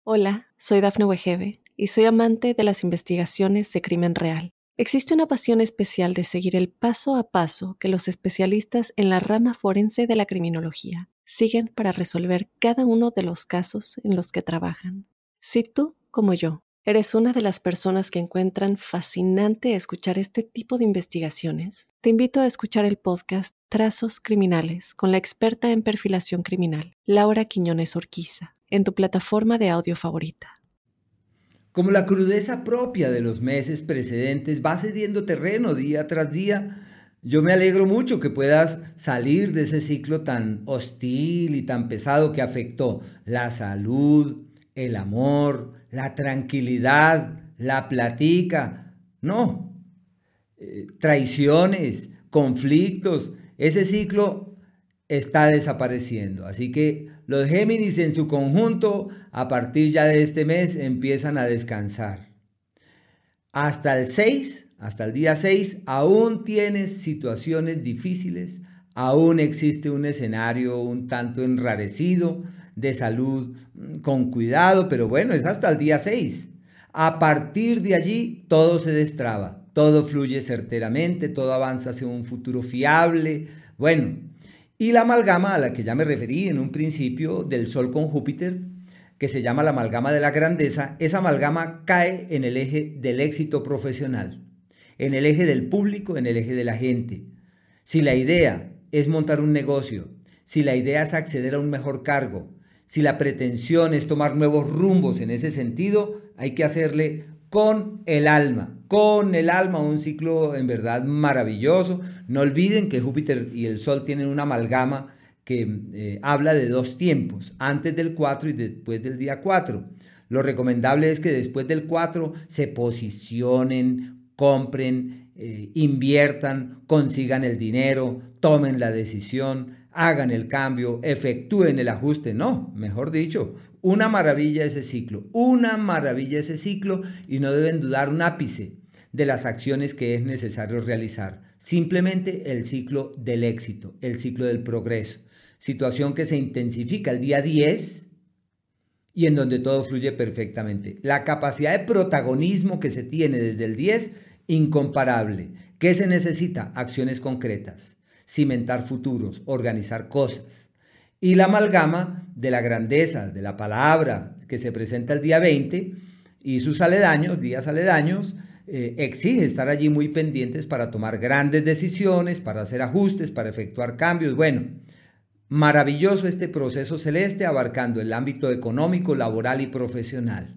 Hola, soy Dafne Wegebe y soy amante de las investigaciones de crimen real. Existe una pasión especial de seguir el paso a paso que los especialistas en la rama forense de la criminología siguen para resolver cada uno de los casos en los que trabajan. Si tú, como yo, eres una de las personas que encuentran fascinante escuchar este tipo de investigaciones, te invito a escuchar el podcast Trazos Criminales con la experta en perfilación criminal, Laura Quiñones Orquiza, en tu plataforma de audio favorita. Como la crudeza propia de los meses precedentes va cediendo terreno día tras día, yo me alegro mucho que puedas salir de ese ciclo tan hostil y tan pesado que afectó la salud, el amor, la tranquilidad, la platica. No, traiciones, conflictos, ese ciclo está desapareciendo. Así que los Géminis en su conjunto, a partir ya de este mes, empiezan a descansar. Hasta el día 6, aún tienes situaciones difíciles, aún existe un escenario un tanto enrarecido de salud con cuidado, pero bueno, es hasta el día 6. A partir de allí todo se destraba, todo fluye certeramente, todo avanza hacia un futuro fiable. Bueno, y la amalgama a la que ya me referí en un principio del Sol con Júpiter, que se llama la amalgama de la grandeza, esa amalgama cae en el eje del éxito profesional, en el eje del público, en el eje de la gente. Si la idea es montar un negocio, si la idea es acceder a un mejor cargo, si la pretensión es tomar nuevos rumbos en ese sentido, hay que hacerle con el alma, un ciclo en verdad maravilloso. No olviden que Júpiter y el Sol tienen una amalgama que habla de dos tiempos, antes del 4 y después del día 4. Lo recomendable es que después del 4 se posicionen, compren, inviertan, consigan el dinero, tomen la decisión, hagan el cambio, efectúen el ajuste. No, mejor dicho, una maravilla ese ciclo, y no deben dudar un ápice de las acciones que es necesario realizar. Simplemente el ciclo del éxito, el ciclo del progreso. Situación que se intensifica el día 10 y en donde todo fluye perfectamente. La capacidad de protagonismo que se tiene desde el 10, incomparable. ¿Qué se necesita? Acciones concretas, cimentar futuros, organizar cosas. Y la amalgama de la grandeza, de la palabra que se presenta el día 20 y sus aledaños, días aledaños, exige estar allí muy pendientes para tomar grandes decisiones, para hacer ajustes, para efectuar cambios. Bueno, maravilloso este proceso celeste abarcando el ámbito económico, laboral y profesional.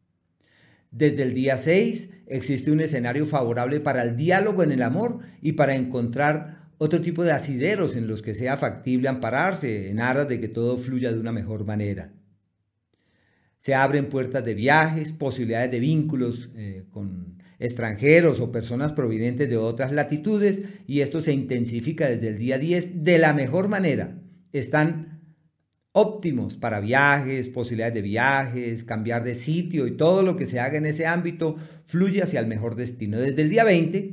Desde el día 6 existe un escenario favorable para el diálogo en el amor y para encontrar otro tipo de asideros en los que sea factible ampararse en aras de que todo fluya de una mejor manera. Se abren puertas de viajes, posibilidades de vínculos con extranjeros o personas provenientes de otras latitudes, y esto se intensifica desde el día 10 de la mejor manera. Están óptimos para viajes, posibilidades de viajes, cambiar de sitio, y todo lo que se haga en ese ámbito fluye hacia el mejor destino. Desde el día 20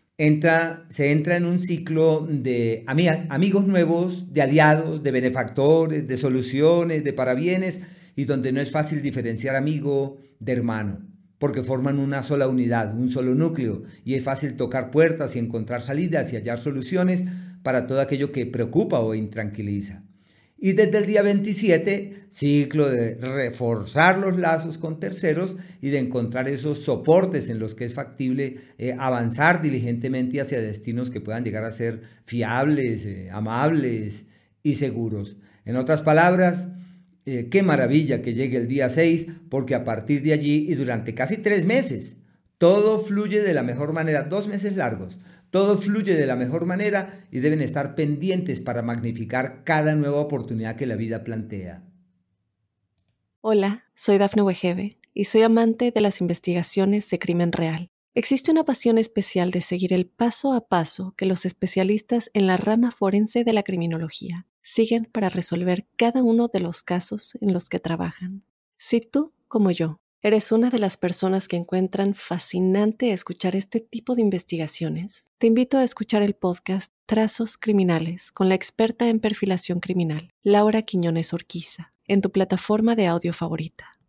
se entra en un ciclo de amigos nuevos, de aliados, de benefactores, de soluciones, de parabienes, y donde no es fácil diferenciar amigo de hermano, porque forman una sola unidad, un solo núcleo, y es fácil tocar puertas y encontrar salidas y hallar soluciones para todo aquello que preocupa o intranquiliza. Y desde el día 27, ciclo de reforzar los lazos con terceros y de encontrar esos soportes en los que es factible avanzar diligentemente hacia destinos que puedan llegar a ser fiables, amables y seguros. En otras palabras, qué maravilla que llegue el día 6, porque a partir de allí y durante casi 3 meses, todo fluye de la mejor manera, 2 meses largos, todo fluye de la mejor manera y deben estar pendientes para magnificar cada nueva oportunidad que la vida plantea. Hola, soy Dafne Wegebe y soy amante de las investigaciones de crimen real. Existe una pasión especial de seguir el paso a paso que los especialistas en la rama forense de la criminología siguen para resolver cada uno de los casos en los que trabajan. Si tú, como yo, eres una de las personas que encuentran fascinante escuchar este tipo de investigaciones, te invito a escuchar el podcast Trazos Criminales con la experta en perfilación criminal, Laura Quiñones Orquiza, en tu plataforma de audio favorita.